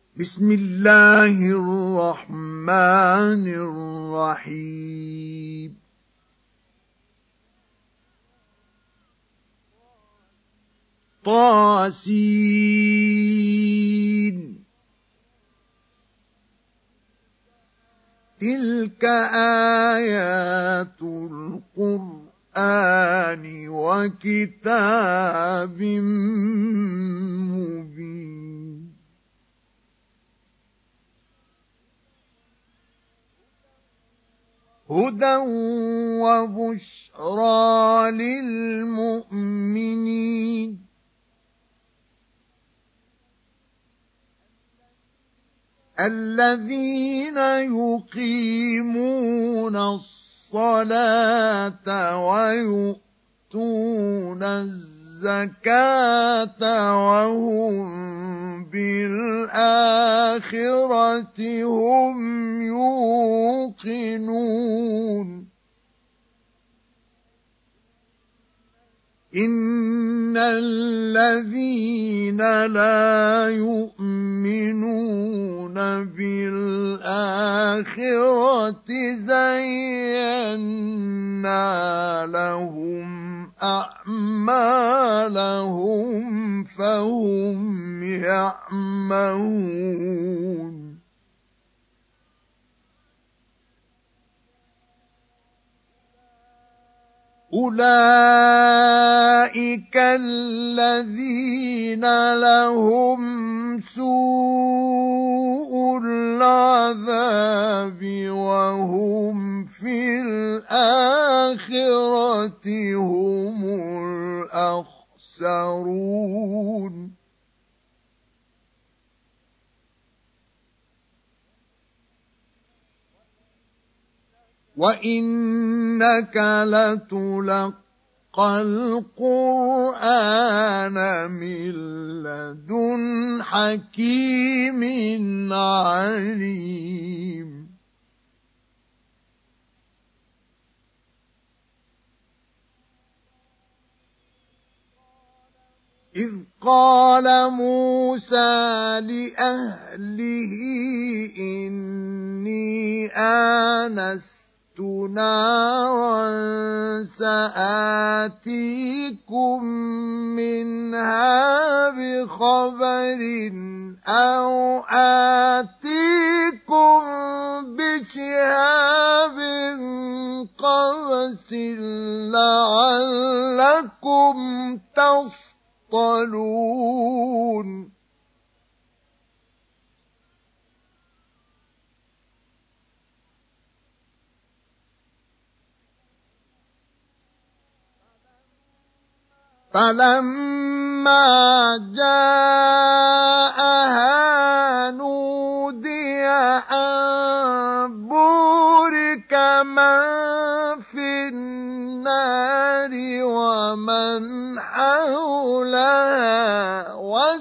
بسم الله الرحمن الرحيم طاسين تلك آيات القرآن وكتاب مبين هدى وبشرى للمؤمنين الذين يقيمون الصلاة ويؤتون الزكاة وهم بالآخرة هم يوقنون إن الذين لا يؤمنون بالآخرة زينا لهم أعمالهم فهم يعمهون أولئك الذين لهم سوء العذاب وهم في الآخرة هم الأخسرون وإنك لتلقى القرآن من لدن حكيم عليم إذ قال موسى لأهله إني آنست نارا سآتيكم منها بخبر أو آتيكم بشهاب قبس لعلكم تصطلون فلما جاءها نودي أن بورك من في النار ومن حولها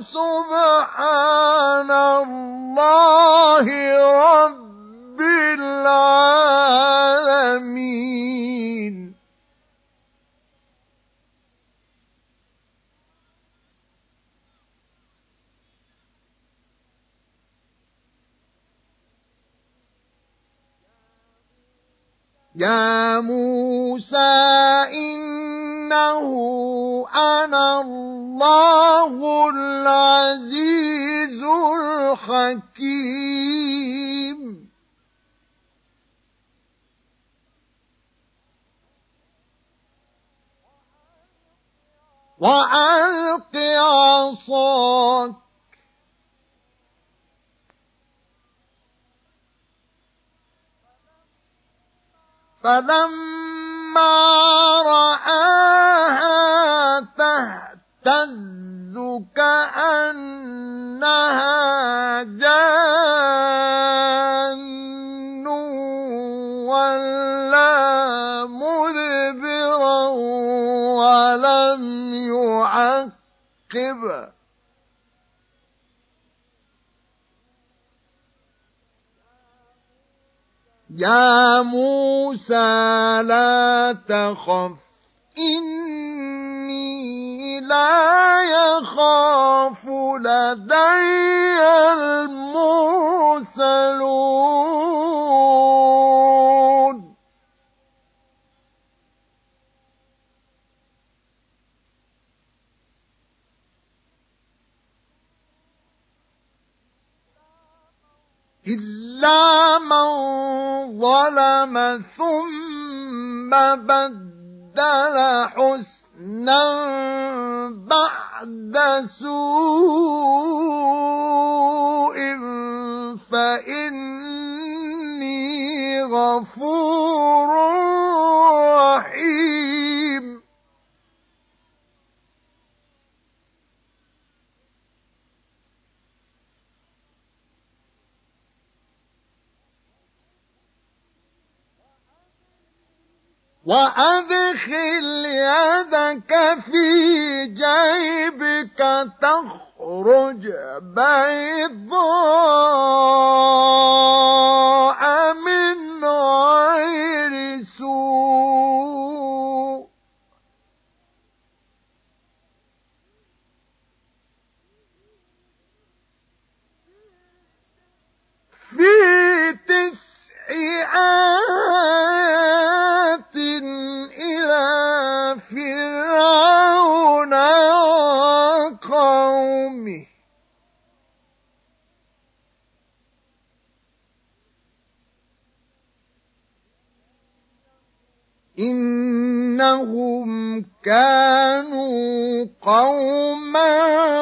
وسبحان الله رب العالمين يا موسى إنه أنا الله العزيز الحكيم وألق عصاك فلما رآها تهتز كأنها جان ولا مدبرا ولم يعقب يا موسى لا تخف إني لا يخاف لدي المرسلون إلا من ظلم ثم بدل حسنا بعد سوء فإني غفور رحيم. وأدخل يدك في جيبك تخرج بيضاء من غير سوء في 9 آيات إلى فرعون وقومه إنهم كانوا قوما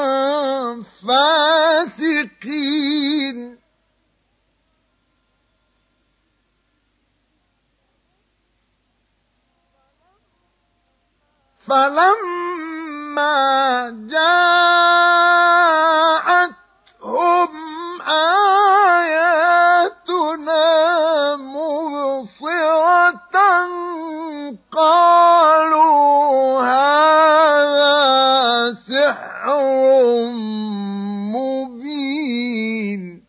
فاسقين. فلما جاءتهم آياتنا مبصرة قالوا هذا سحر مبين.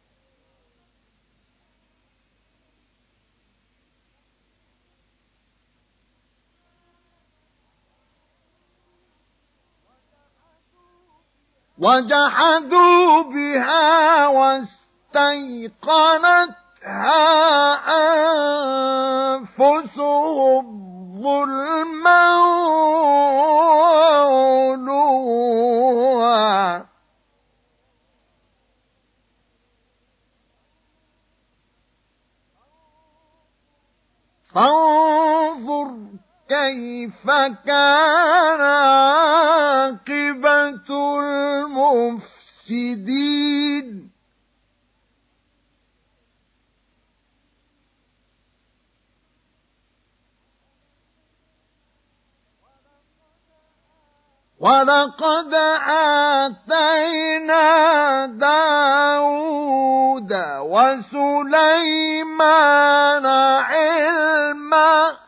وجحدوا بها واستيقنتها أنفسهم ظلما وعلوا فانظر كيف كان عاقبة المفسدين. ولقد آتينا داود وسليمان علما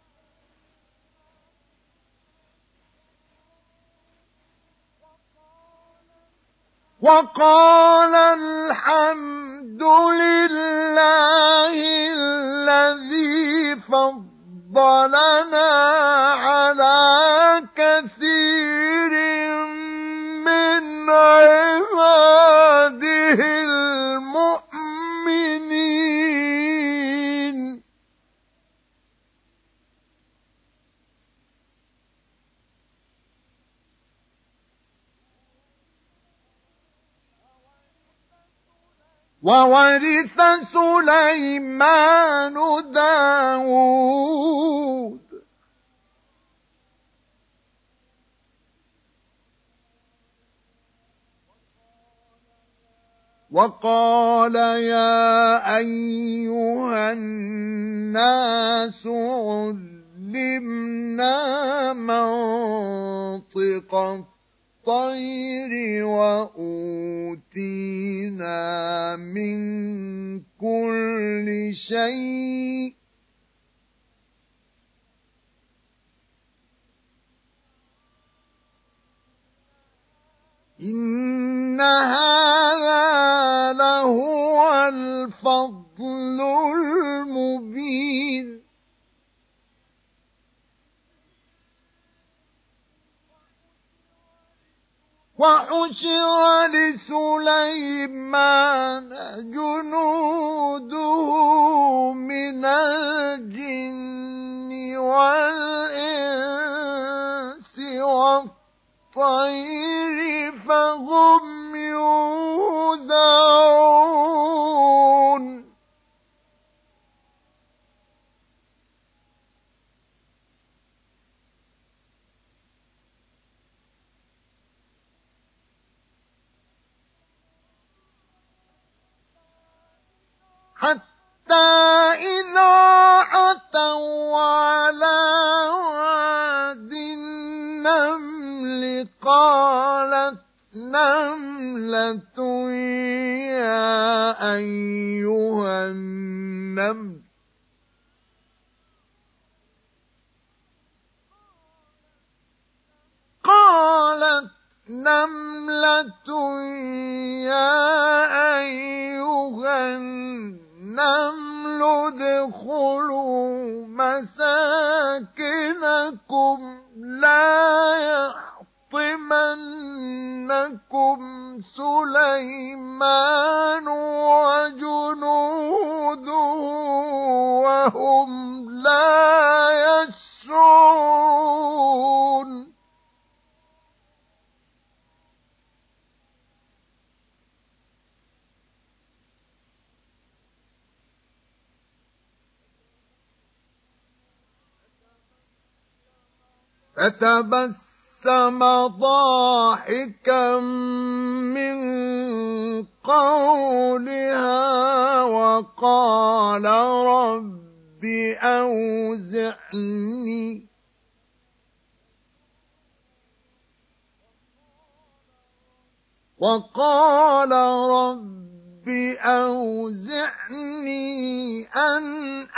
وقال الحمد لله الذي فضلنا على كثير من عباده المؤمنين. وورث سليمان داود وقال يا أيها الناس علمنا منطق الطير وأوتينا من كل شيء إن هذا لهو الفضل المبين. وحشر لسليمان جنوده من الجن والإنس والطير فهم يوزعون. حتى إذا أتوا على واد النمل قالت نملة يا أيها النمل ادخلوا مساكنكم لا يحطمنكم سليمان وجنوده وهم لا يشعرون فتبسم ضاحكا من قولها وقال رب أوزعني أن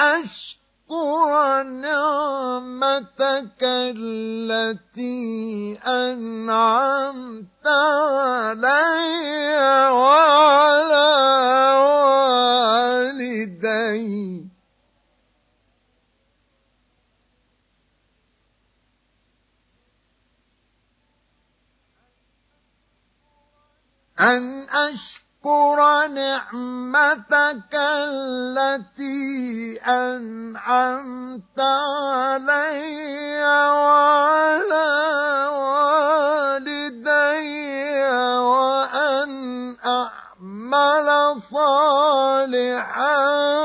أشكر نعمتك التي أنعمت علي وعلى والدي أن أشكر نعمتك التي أنعمت علي وعلى والدي وأن أعمل صالحا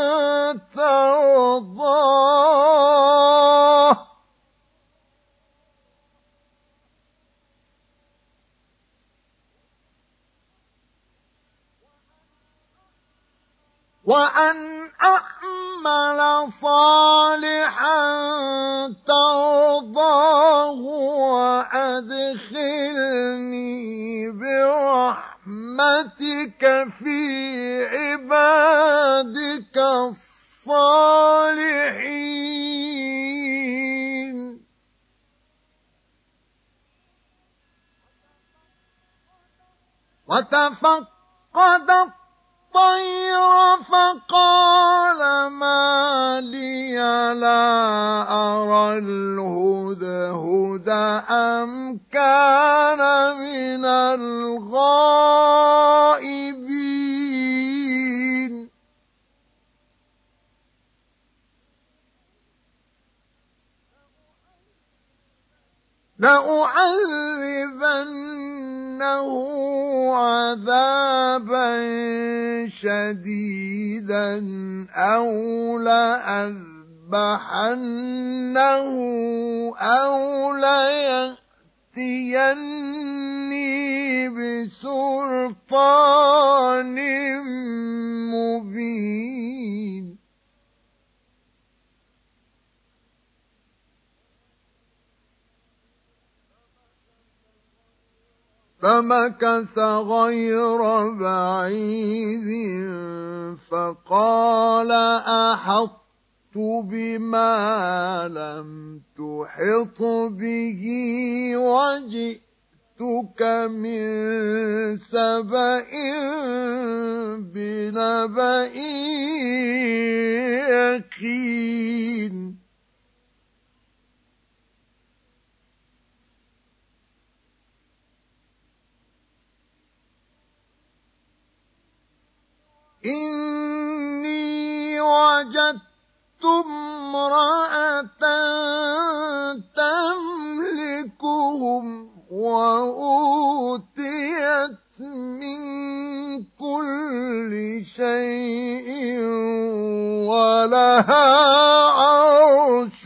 ترضاه وأدخلني برحمتك في عبادك الصالحين وتفقد الطير فقال ما لي لا أرى الهدهد أم كان من الغائبين لأعذبنه عذابا شديدا أو لأذبحنه أو ليأتيني بسلطان مبين فمكث غير بعيد فقال أحطت بما لم تحط به وجئتك من سبأ بنبأ يقين إني وجدت امرأة تملكهم وأوتيت من كل شيء ولها عرش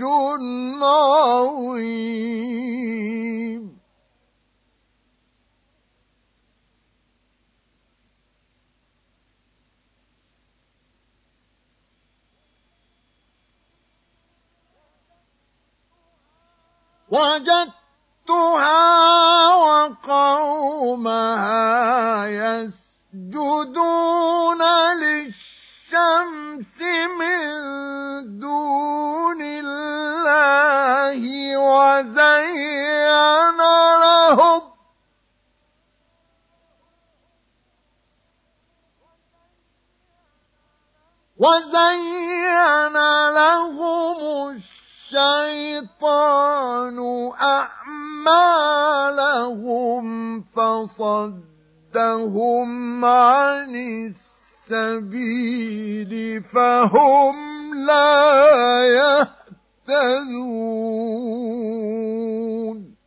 عظيم وجدتها وقومها يسجدون للشمس من دون الله وزين لهم الشيطان أعمالهم فصدهم عن السبيل فهم لا يهتدون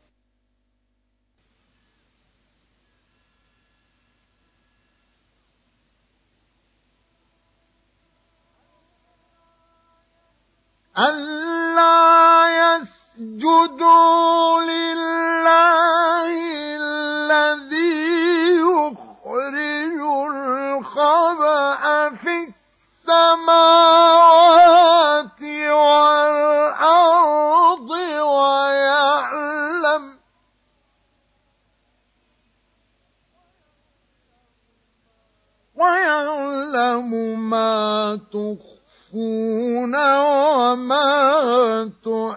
ألا يسجدوا لله الذي يخرج الخبأ في السماوات والأرض ويعلم ما تخفون وما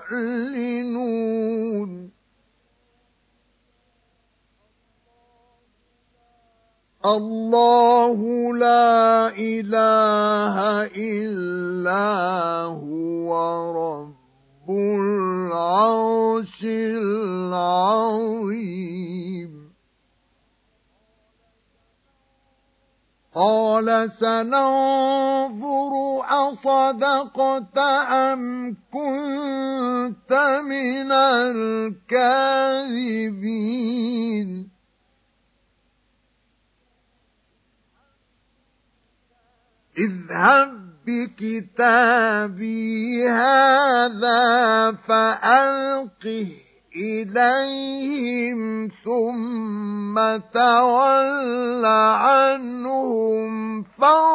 تعلنون الله لا إله إلا هو رب العرش العظيم قال سننظر أصدقت أم كنت من الكاذبين اذهب بكتابي هذا فألقه إليهم ثم تول عنهم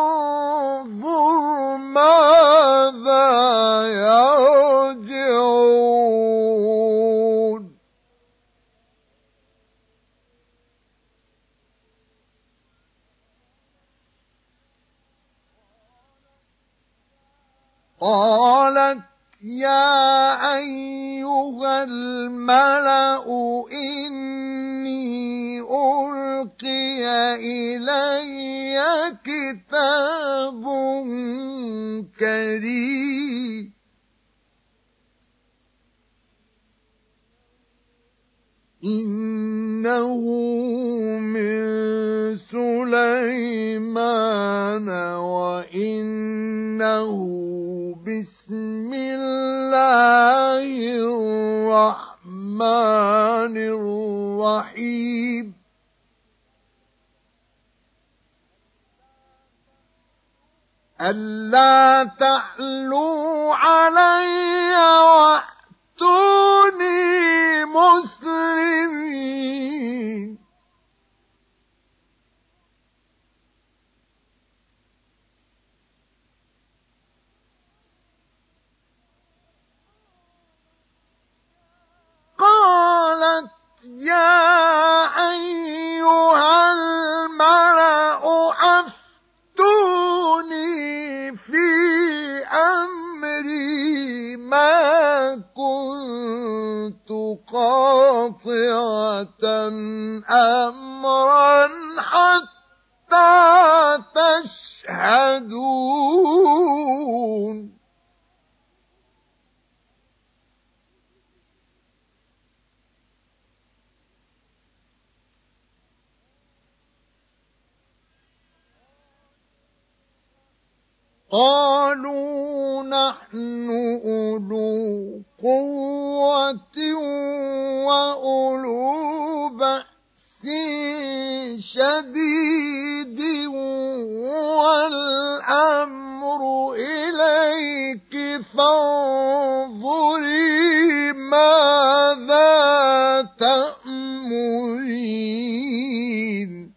فانظر ماذا يرجعون قالت يا أيها الملأ إني ألقي إلي كتاب كريم إنه من سليمان وإنه بسم الله الرحمن الرحيم ألا تعلوا علي وأتوني مسلمين قالت يا أيها الملأ أفتوني في أمري ما كنت قاطعة أمرا حتى تشهدون قالوا نحن أولو قوة وأولو بأس شديد والأمر إليك فانظري ماذا تأمرين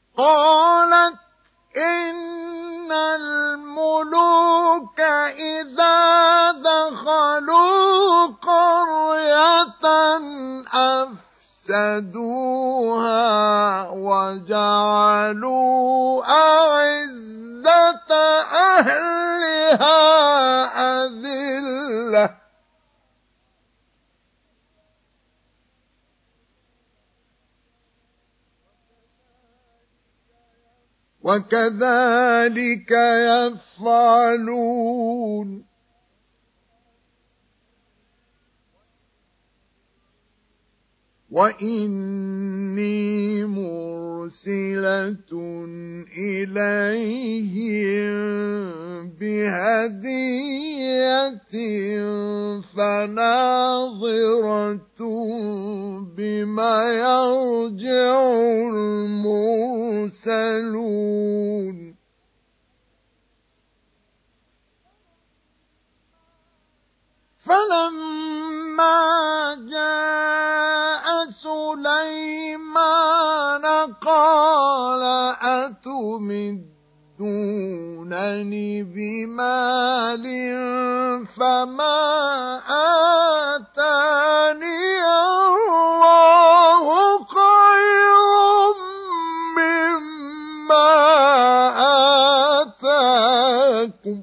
قالت إن الملوك إذا أفسدوها وجعلوا أعزة أهلها أذلة وكذلك يفعلون وإني مرسلة إليهم بهدية فناظرة بما يرجع المرسلون فلما جاء سليمان قال أتمدونني بمال فما آتاني الله خير مما آتاكم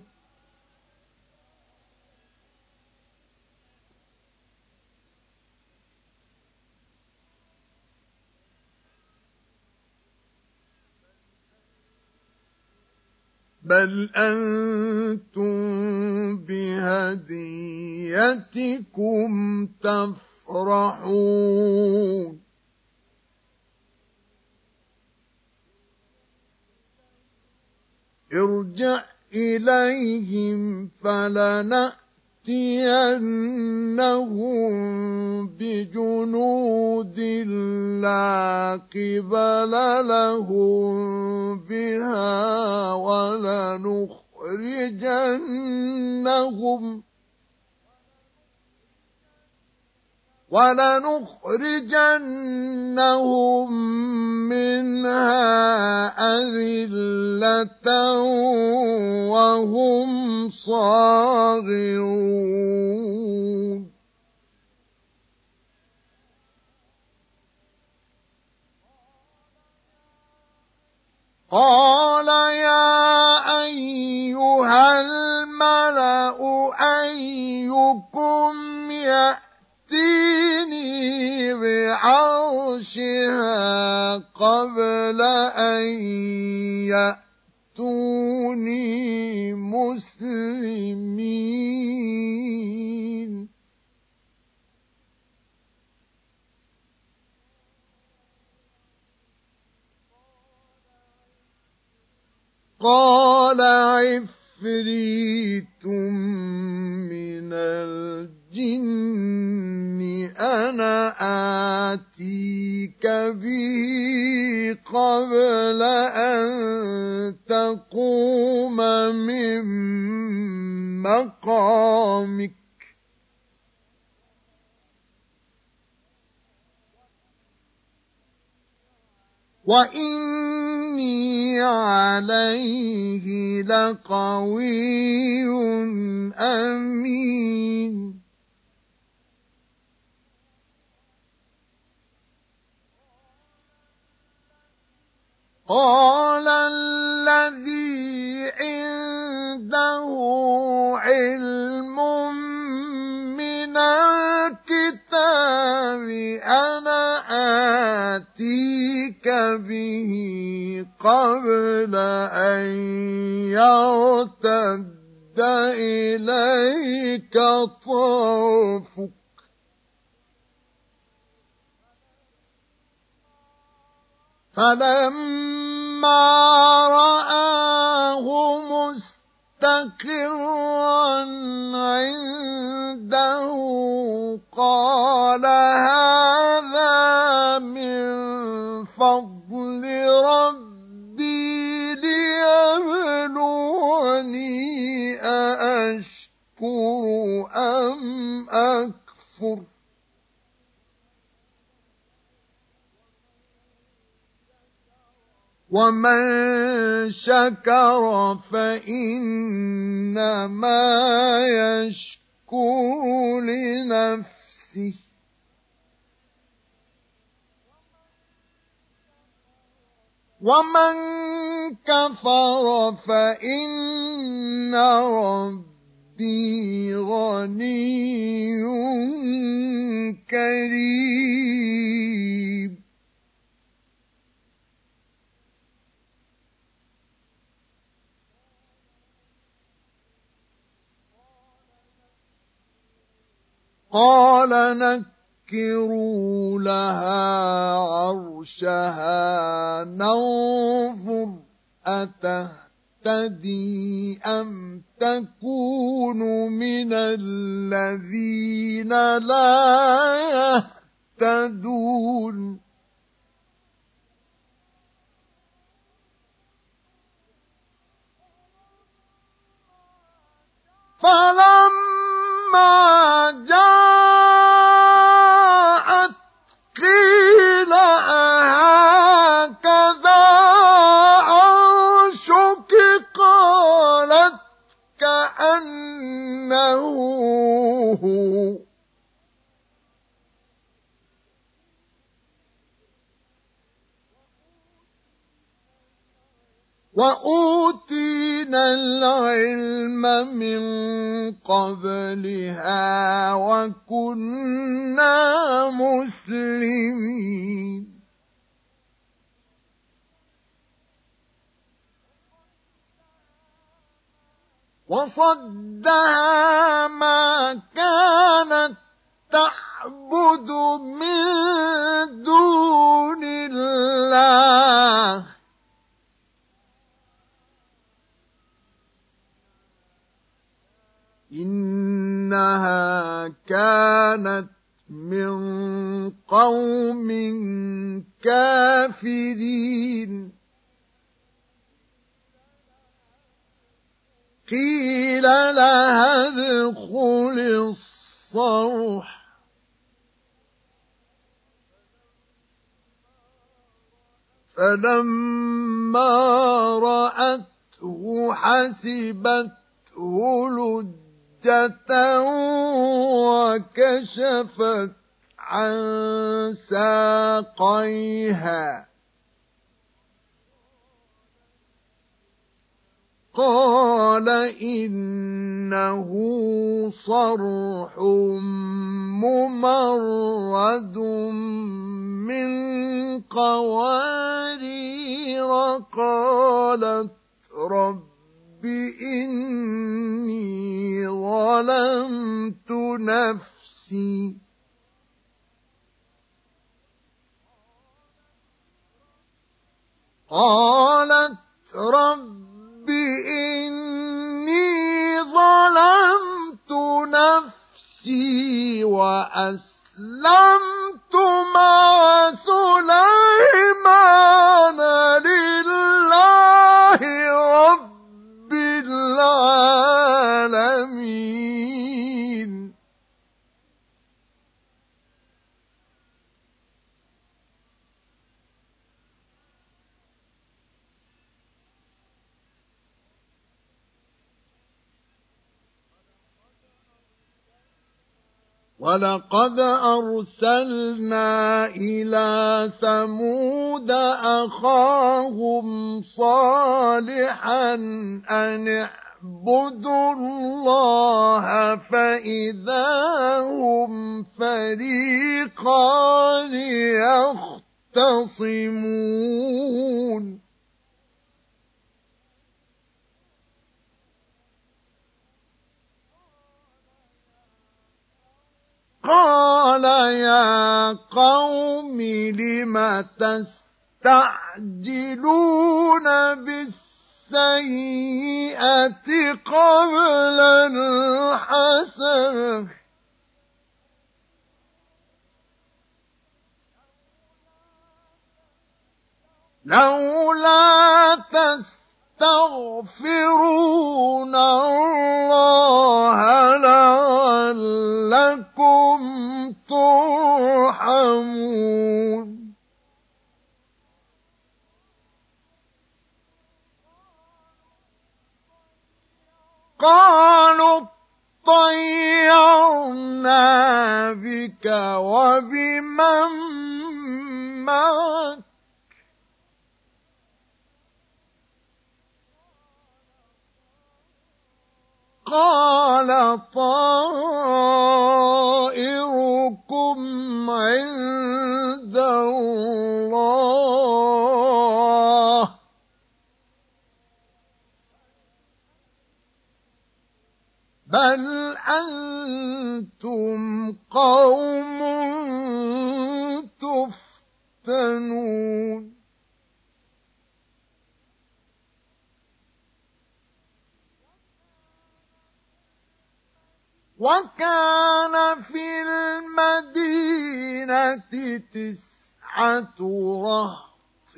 بل أنتم بهديتكم تفرحون ارجع إليهم فلنأتينهم بجنود لا قبل لهم بها ولنخرجنهم منها أذلة وهم صاغرون قال يا أيها الملأ أيكم يأتيني بعرشها قبل أن يأتوني مسلمين قال عفريت من الجن أنا آتيك به قبل أن تقوم من مقامك وإني عليه لقوي أمين قال الذي عنده علم من الكتاب أنا آتيك به قبل أن يرتد إليك طرفك فلما رآه مستقرا عنده قال هذا من فضل ربي ليبلوني أأشكر أم أكفر ومن شكر فإنما يشكر لنفسه ومن كفر فإن ربي غني كريم. قال نكروا لها عرشها ننظر أتهتدي أم تكون من الذين لا يهتدون. فلما جاءت قيل أهكذا عرشك قالت كأنه هو. وأوتينا العلم من قبلها وكنا مسلمين. وصدها ما كانت تعبد من دون الله إنها كانت من قوم كافرين. قيل لها ادخل الصرح فلما رأته حسبته لجة وكشفت عن ساقيها قال إنه صرح ممرد من قوارير. قالت رب إني ظلمت نفسي قالت رب إني ظلمت نفسي وأسلمت مع سليمان لله رب العالمين. ولقد أرسلنا إلى ثمود أخاهم صالحا أن اعبدوا الله فإذا هم فريقان يختصمون. قال يا قوم لم تستعجلون بالسيئة قبل الحسنة لولا تستغفرون الله لعلكم ترحمون. قالوا طيرنا بك وبمن معك قال طائركم عند الله بل أنتم قوم تفتنون وكان في المدينة 9 رهط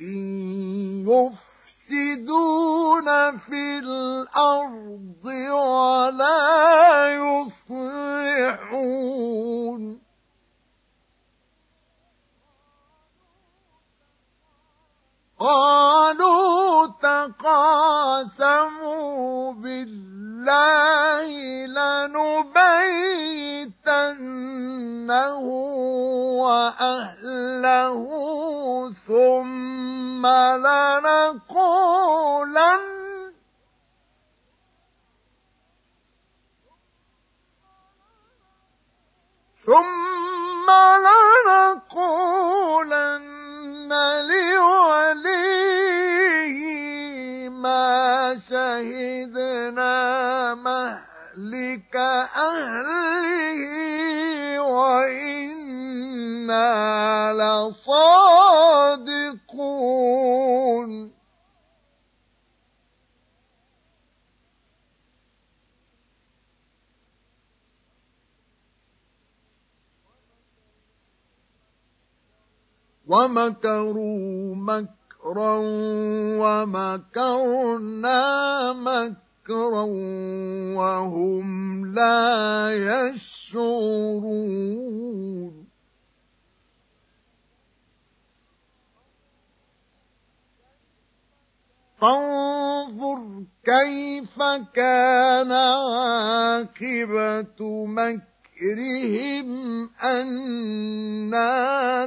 يفسدون في الأرض ولا يصلحون قالوا تقاسموا بالله لنبيتنه وأهله ثم لنقولن لوليه ما شهدنا مهلك أهله وإنا لصادقون ومكروا مكرا ومكرنا مكرا وهم لا يشعرون فانظر كيف كان عاقبة مكرهم أنا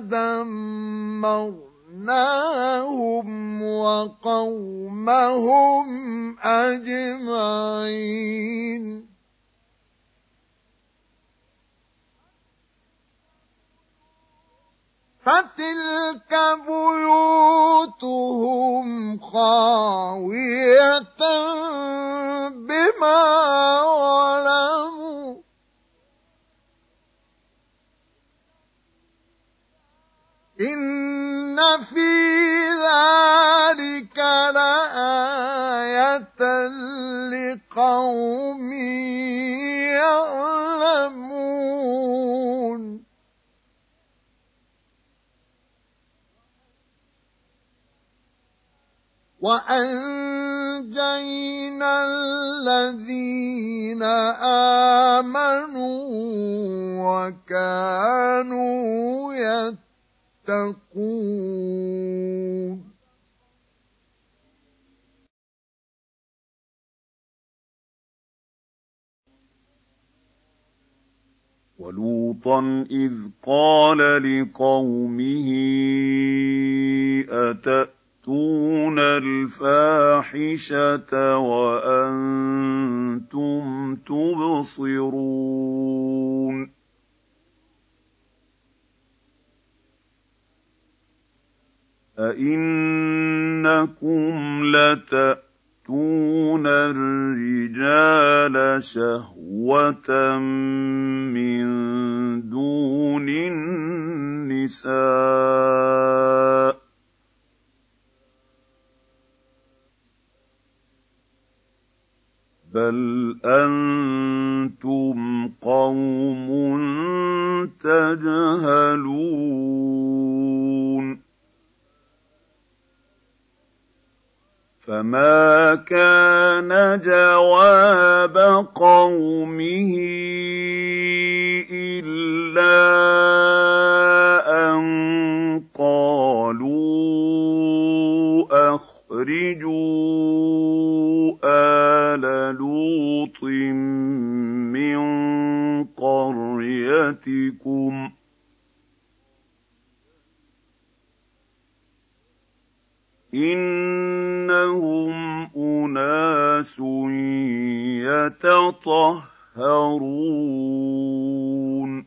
دمرناهم وقومهم أجمعين فتلك بيوتهم خاوية بما ظلموا إن في ذلك لآية لقوم يعلمون وأنجينا الذين آمنوا وكانوا يتقون ولوطا إذ قال لقومه أتأتون الفاحشة وأنتم تبصرون أئنكم لتأتون الرجال شهوة من دون النساء بل أنتم قوم تجهلون فما كان جواب قومه إلا أن قالوا أخرجوا آل لوط من قريتكم إنهم أناس يَتَطَهَّرُونَ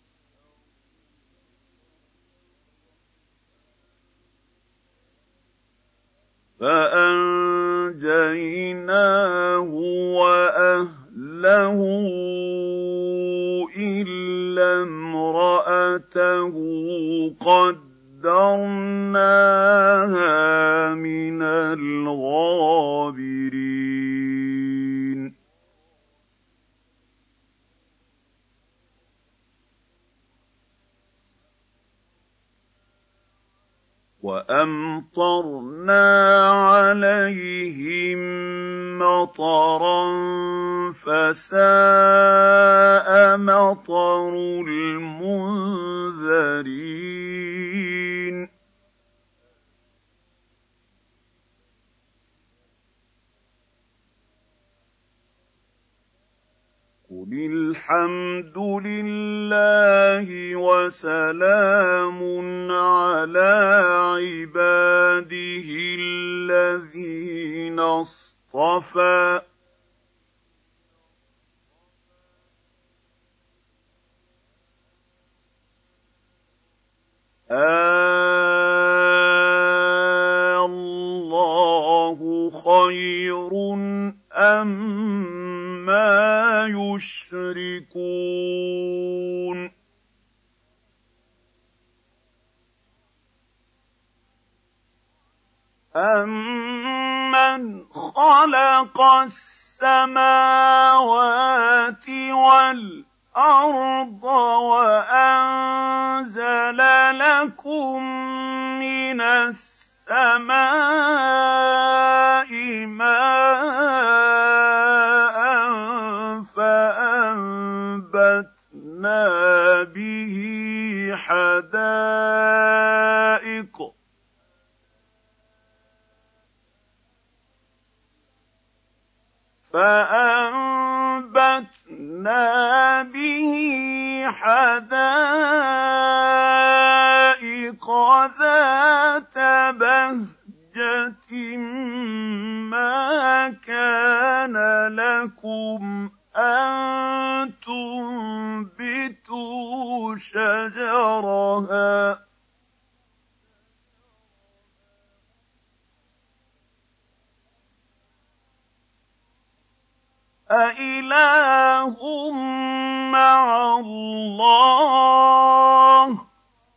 فَأَنجَيْنَاهُ وَأَهْلَهُ إِلَّا امْرَأَتَهُ قَدَّرْنَاهَا مِنَ الْغَابِرِينَ وَأَمْطَرْنَا عَلَيْهِم مَّطَرًا ۖ فَسَاءَ مَطَرُ الْمُنذَرِينَ قُلِ الْحَمْدُ لِلَّهِ وَسَلَامٌ عَلَىٰ عِبَادِهِ الَّذِينَ اصْطَفَىٰ اللَّهُ خَيْرٌ أَمَّا يُشْرِكُونَ أَمَّنْ خَلَقَ السَّمَاوَاتِ وَالْأَرْضَ وَأَنزَلَ لَكُم مِّنَ السَّمَاءِ مَاءً فَأَنبَتْنَا بِهِ حَدَائِقَ ذَاتَ بَهْجَةٍ مَّا كَانَ لَكُمْ أَن تُنبِتُوا شَجَرَهَا ۗ أَإِلَٰهٌ مَّعَ اللَّهِ ۚ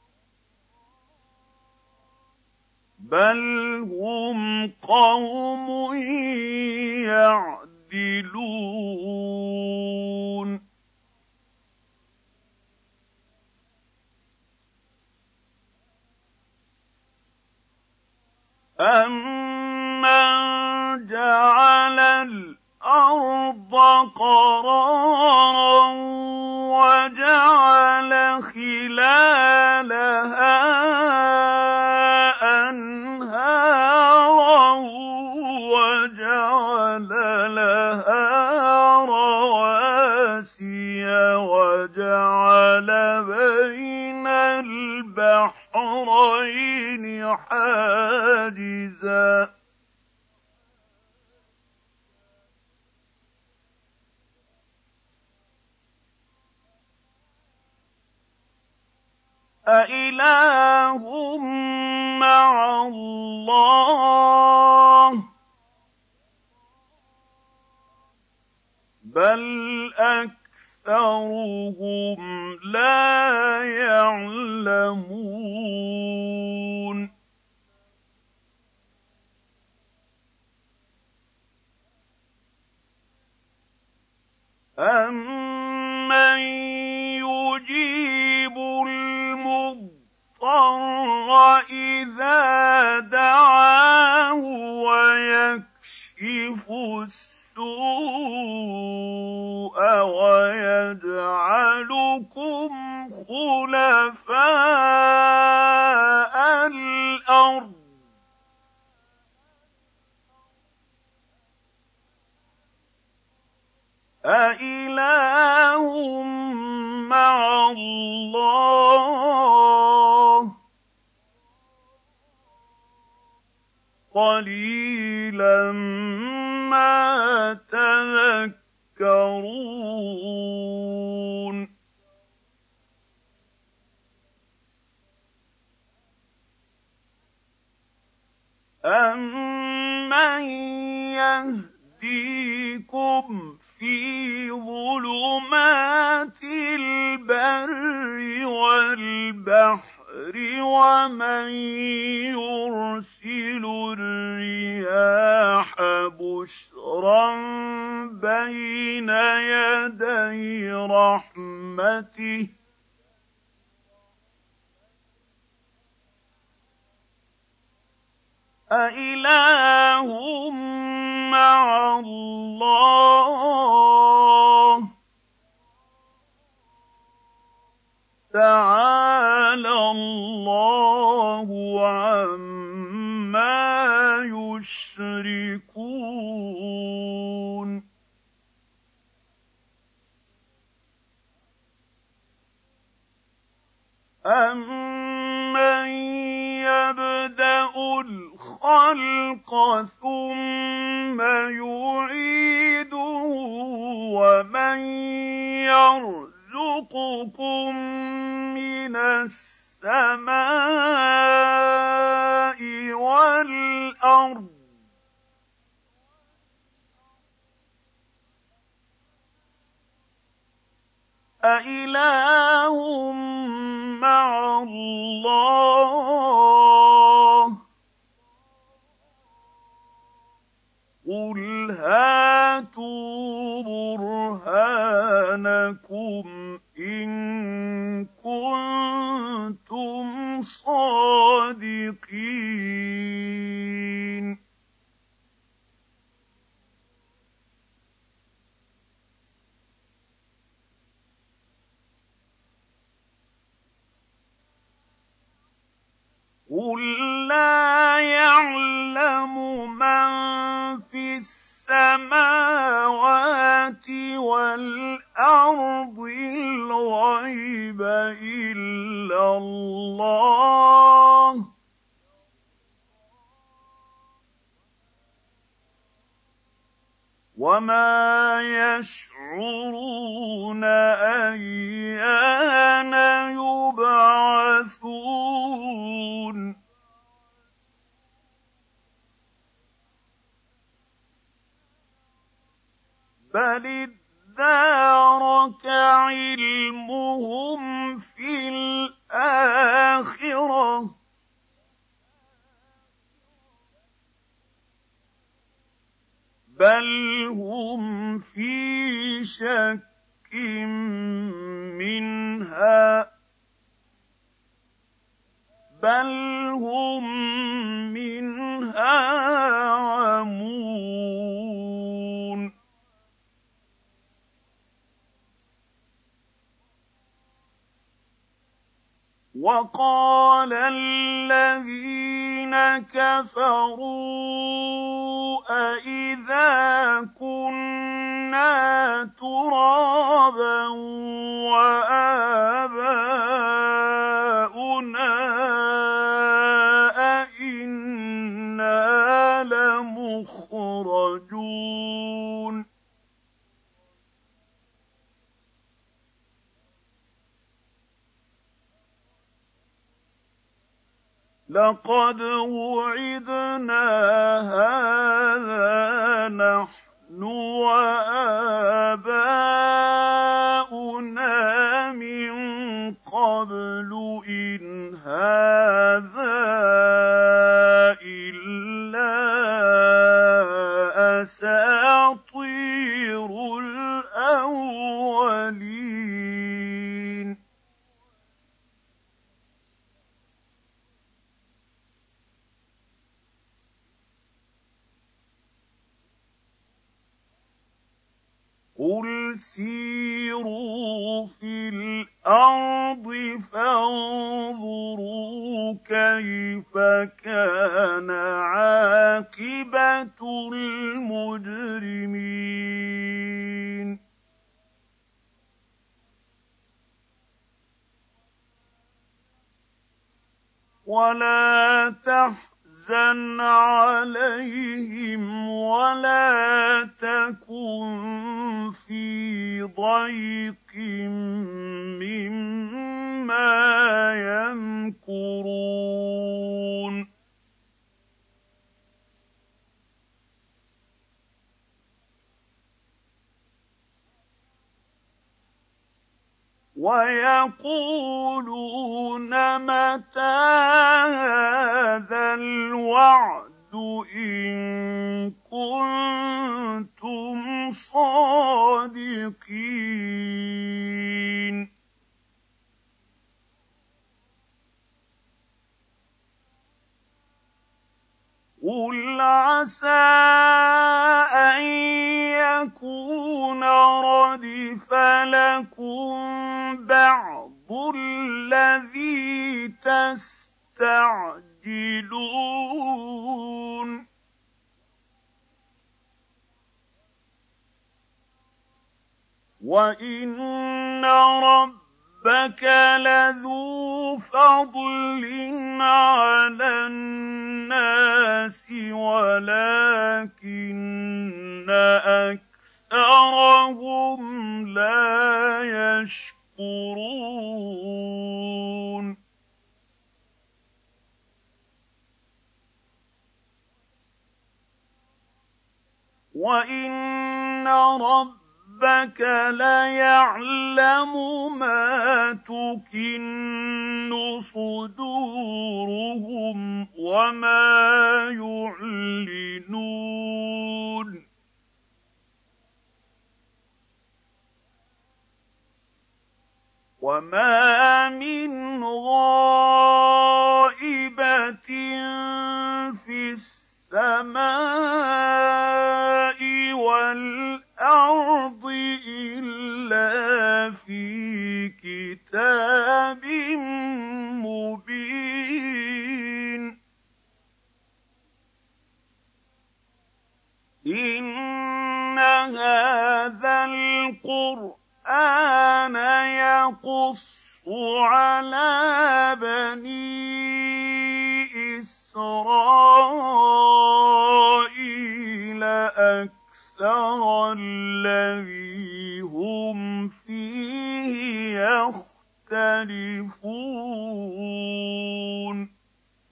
بَلْ هُمْ قَوْمٌ يَعْدِلُونَ أَمَّن جَعَلَ الْأَرْضَ قَرَارًا وَجَعَلَ خِلَالَهَا أَنْهَارًا وَجَعَلَ لَهَا رَوَاسِيَ وَجَعَلَ بَيْنَ الْبَحْرَيْنِ حَاجِزًا ۗ أإله مع الله ۚ بل أكثرهم لا يعلمون أَمَّن يُجِيبُ الْمُضْطَرَّ إِذَا دَعَاهُ وَيَكْشِفُ السُّوءَ وَيَجْعَلُكُمْ خُلَفَاءَ الْأَرْضِ ۗ أإله مع الله ۚ قَلِيلًا مَّا تَذَكَّرُونَ تذكرون أَمَّن يَهْدِيكُمْ فِي ظُلُمَاتِ الْبَرِّ وَالْبَحْرِ وَمَن يُرْسِلُ الرِّيَاحَ بُشْرًا بَيْنَ يَدَيْ رَحْمَتِهِ ۗ أَإِلَٰهٌ مَّعَ اللَّهِ ۚ تَعَالَى اللَّهُ عَمَّا يُشْرِكُونَ أَمَّن يَبْدَأُ الْخَلْقَ ثُمَّ يُعِيدُهُ وَمَن يَرْزُقُكُم مِّنَ السَّمَاءِ وَالْأَرْضِ أَإِلَٰهٌ مَّعَ اللَّهِ ۚ قُلْ هَاتُوا بُرْهَانَكُمْ إِن كُنتُمْ صَادِقِينَ قُل لَّا يَعْلَمُ مَن فِي السَّمَاوَاتِ وَالْأَرْضِ الْغَيْبَ إِلَّا اللَّهُ ۚ وَمَا يَشْعُرُونَ أَيَّانَ يُبْعَثُونَ بَلِ ادَّارَكَ عِلْمُهُمْ فِي الْآخِرَةِ ۚ بَلْ هُمْ فِي شَكٍّ مِّنْهَا عَمُونَ وَقَالَ الَّذِينَ كَفَرُوا أَإِذَا كُنَّا تُرَابًا وَآبَاؤُنَا أَإِنَّا لَمُخْرَجُونَ لَقَدْ وُعِدْنَا هَٰذَا نَحْنُ وَآبَاؤُنَا مِن قَبْلُ إِنْ هَٰذَا إِلَّا أَسَاطِيرُ الْأَوَّلِينَ قُلْ سِيرُوا فِي الْأَرْضِ فَانظُرُوا كَيْفَ كَانَ عَاقِبَةُ الْمُجْرِمِينَ وَلَا تَحْزَنْ تَحْزَنْ عَلَيْهِمْ وَلَا تَكُن فِي ضَيْقٍ مِّمَّا يَمْكُرُونَ وَيَقُولُونَ مَتَىٰ هَٰذَا الْوَعْدُ إِن كُنتُمْ صَادِقِينَ قُلْ عَسَىٰ أَن يَكُونَ رَدِفَ لَكُم بَعْضُ الَّذِي تَسْتَعْجِلُونَ وَإِنَّ رَبَّكَ لَذُو فَضْلٍ عَلَى النَّاسِ وَلَٰكِنَّ أَكْثَرَهُمْ لَا يَشْكُرُونَ وَإِنَّ رَبَّكَ لَيَعْلَمُ مَا تُكِنُّ صُدُورُهُمْ وَمَا يُعْلِنُونَ وَمَا مِنْ غَائِبَةٍ فِي السَّمَاءِ وَالْأَرْضِ إِلَّا فِي كِتَابٍ مُّبِينٍ إِنَّ هَٰذَا الْقُرْآنَ يَقُصُّ عَلَىٰ بَنِي إِسْرَائِيلَ أَكْثَرَ الَّذِي هُمْ فِيهِ يَخْتَلِفُونَ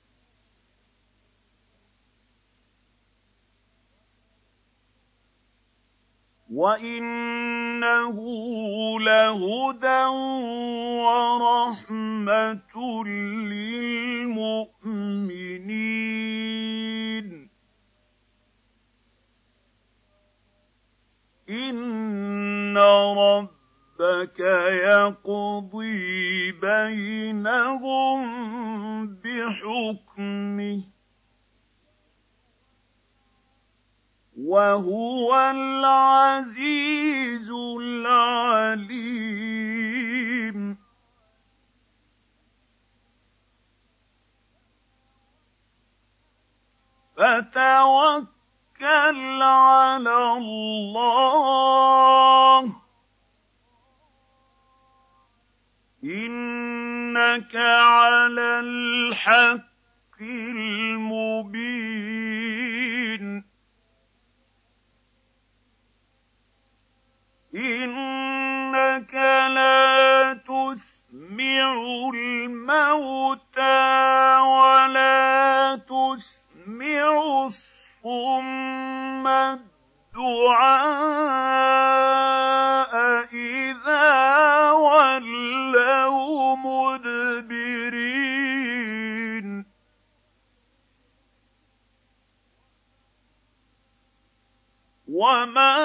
وَإِنَّهُ لَهُدًى وَرَحْمَةٌ لِّلْمُؤْمِنِينَ إِنَّ رَبَّكَ يَقْضِي بَيْنَهُم بِحُكْمِهِ وَهُوَ الْعَزِيزُ الْعَلِيمُ فَتَوَكَّلْ عَلَى اللَّهِ ۖ إِنَّكَ عَلَى الْحَقِّ الْمُبِينِ إِنَّكَ لَا تُسْمِعُ الْمَوْتَىٰ وَلَا تُسْمِعُ الصُّمَّ الدُّعَاءَ إِذَا وَلَّوْا مُدْبِرِينَ وَمَا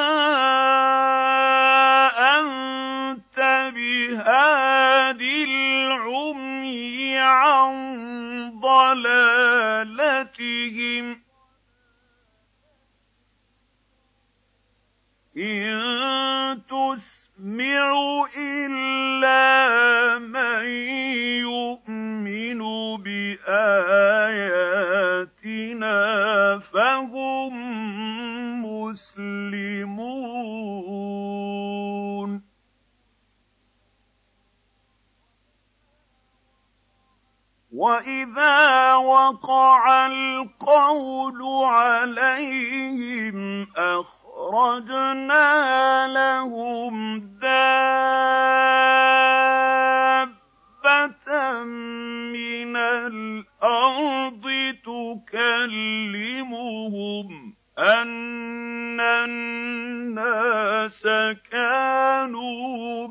أَنتَ بِهَادِ الْعُمْيِ عَن ضَلَالَتِهِمْ ۖ إِن تُسْمِعُ إِلَّا مَن يُؤْمِنُ بِآيَاتِنَا فَهُم وَإِذَا وَقَعَ الْقَوْلُ عَلَيْهِمْ أَخْرَجْنَا لَهُمْ دَابَّةً مِّنَ الْأَرْضِ تُكَلِّمُهُمْ أَنَّ النَّاسَ كَانُوا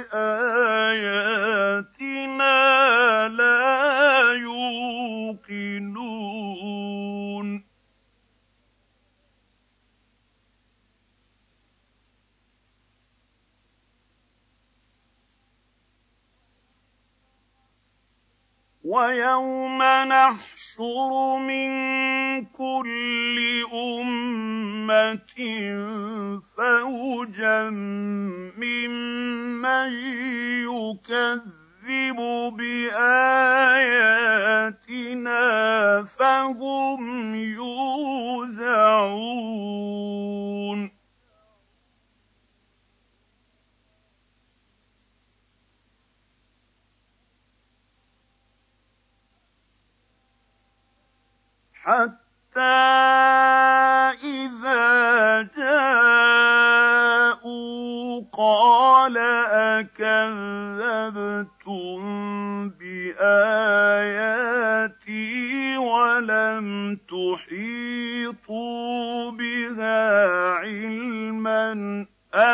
بِآيَاتِنَا لَا يُوقِنُونَ وَيَوْمَ نَحْشُرُ مِن كُلِّ أُمَّةٍ فَوْجًا مِّمَّن يُكَذِّبُ بِآيَاتِنَا فَهُمْ يُوزَعُونَ حَتَّىٰ إِذَا جَاءُوا قَالَ أَكَذَّبْتُم بِآيَاتِي وَلَمْ تُحِيطُوا بِهَا عِلْمًا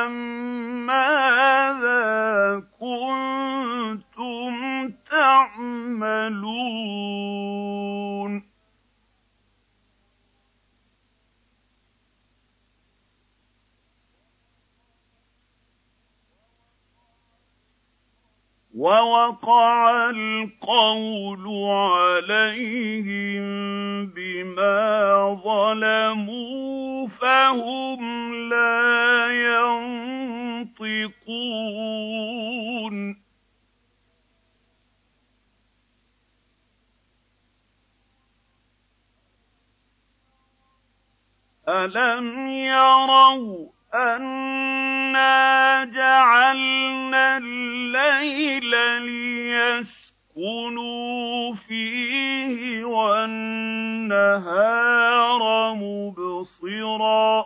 أَمَّاذَا كُنتُمْ تَعْمَلُونَ وَوَقَعَ الْقَوْلُ عَلَيْهِم بِمَا ظَلَمُوا فَهُمْ لَا يَنطِقُونَ أَلَمْ يَرَوْا أَنَّا جَعَلْنَا اللَّيْلَ لِيَسْكُنُوا فِيهِ وَالنَّهَارَ مُبْصِرًا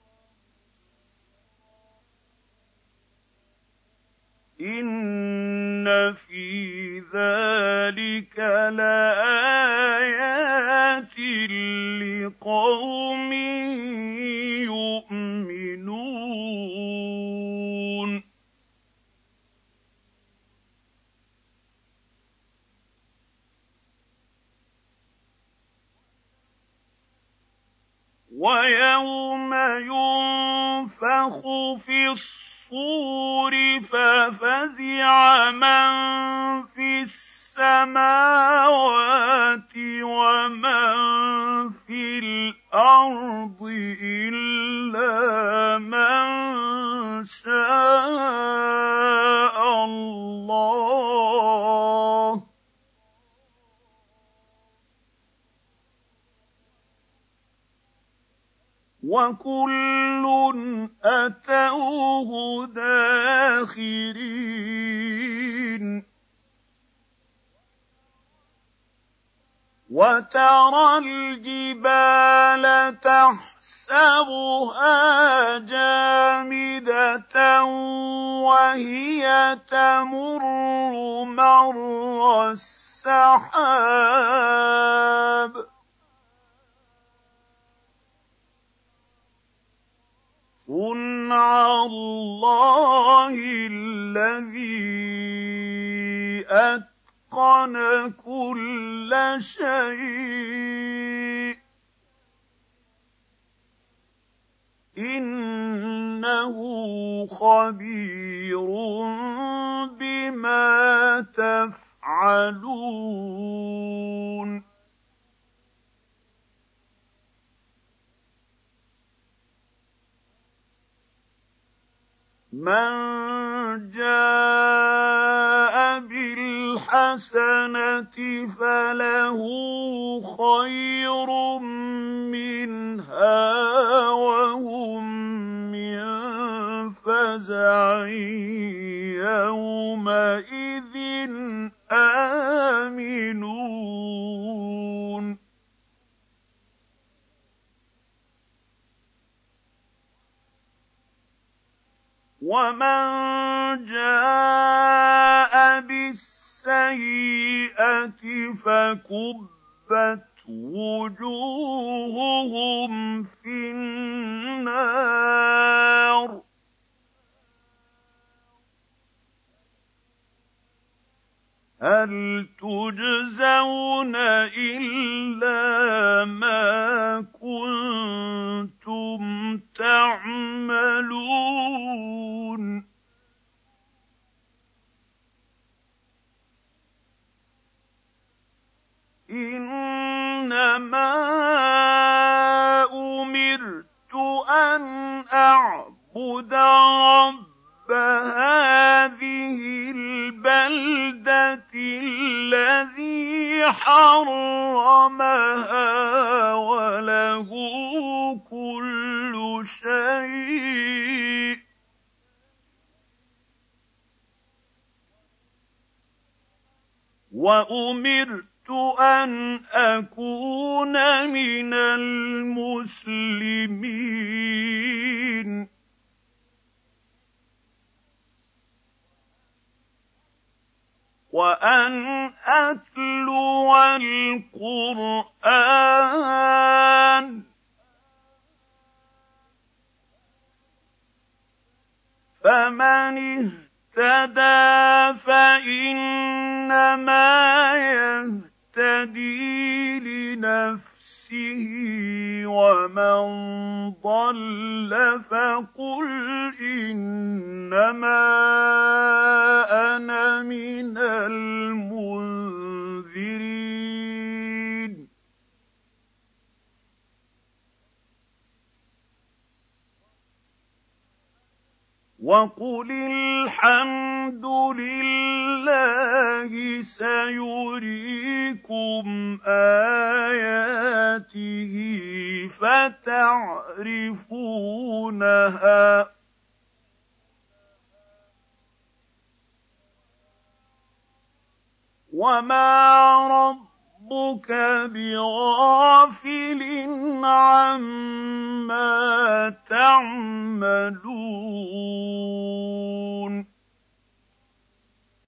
إِنَّ فِي ذَلِكَ لَآيَاتٍ لِّقَوْمٍ يُؤْمِنُونَ وَيَوْمَ يُنفَخُ فِي الصُّورِ فَفَزِعَ مَن فِي السَّمَاوَاتِ وَمَن فِي الْأَرْضِ إِلَّا مَن شَاءَ اللَّهُ وَكُلٌّ أَتَوْهُ دَاخِرِينَ وَتَرَى الْجِبَالَ تَحْسَبُهَا جَامِدَةً وَهِيَ تَمُرُّ مَرَّ السَّحَابِ صُنْعَ اللَّهِ الَّذِي أَتْقَنَ كُلَّ شَيْءٍ ۚ إِنَّهُ خَبِيرٌ بِمَا تَفْعَلُونَ مَن جَاءَ بِالْحَسَنَةِ فَلَهُ خَيْرٌ مِّنْهَا وَهُم مِّن فَزَعٍ يَوْمَئِذٍ آمِنُونَ ومن جاء بالسيئة فكبت وجوههم في النار هل تجزون إلا ما كنتم تعملون إنما أمرت أن أعبد رب هذه البلدة الذي حرمها وله كل شيء وأمرت أن أكون من المسلمين وأن أتلو القرآن فمن اهتدى فإنما يهتدي لنفسه ومن ضل فقل إنما أنا من المنذرين وقل الحمد لله سيريكم آياته فتعرفونها وما ربك بغافل عما تعملون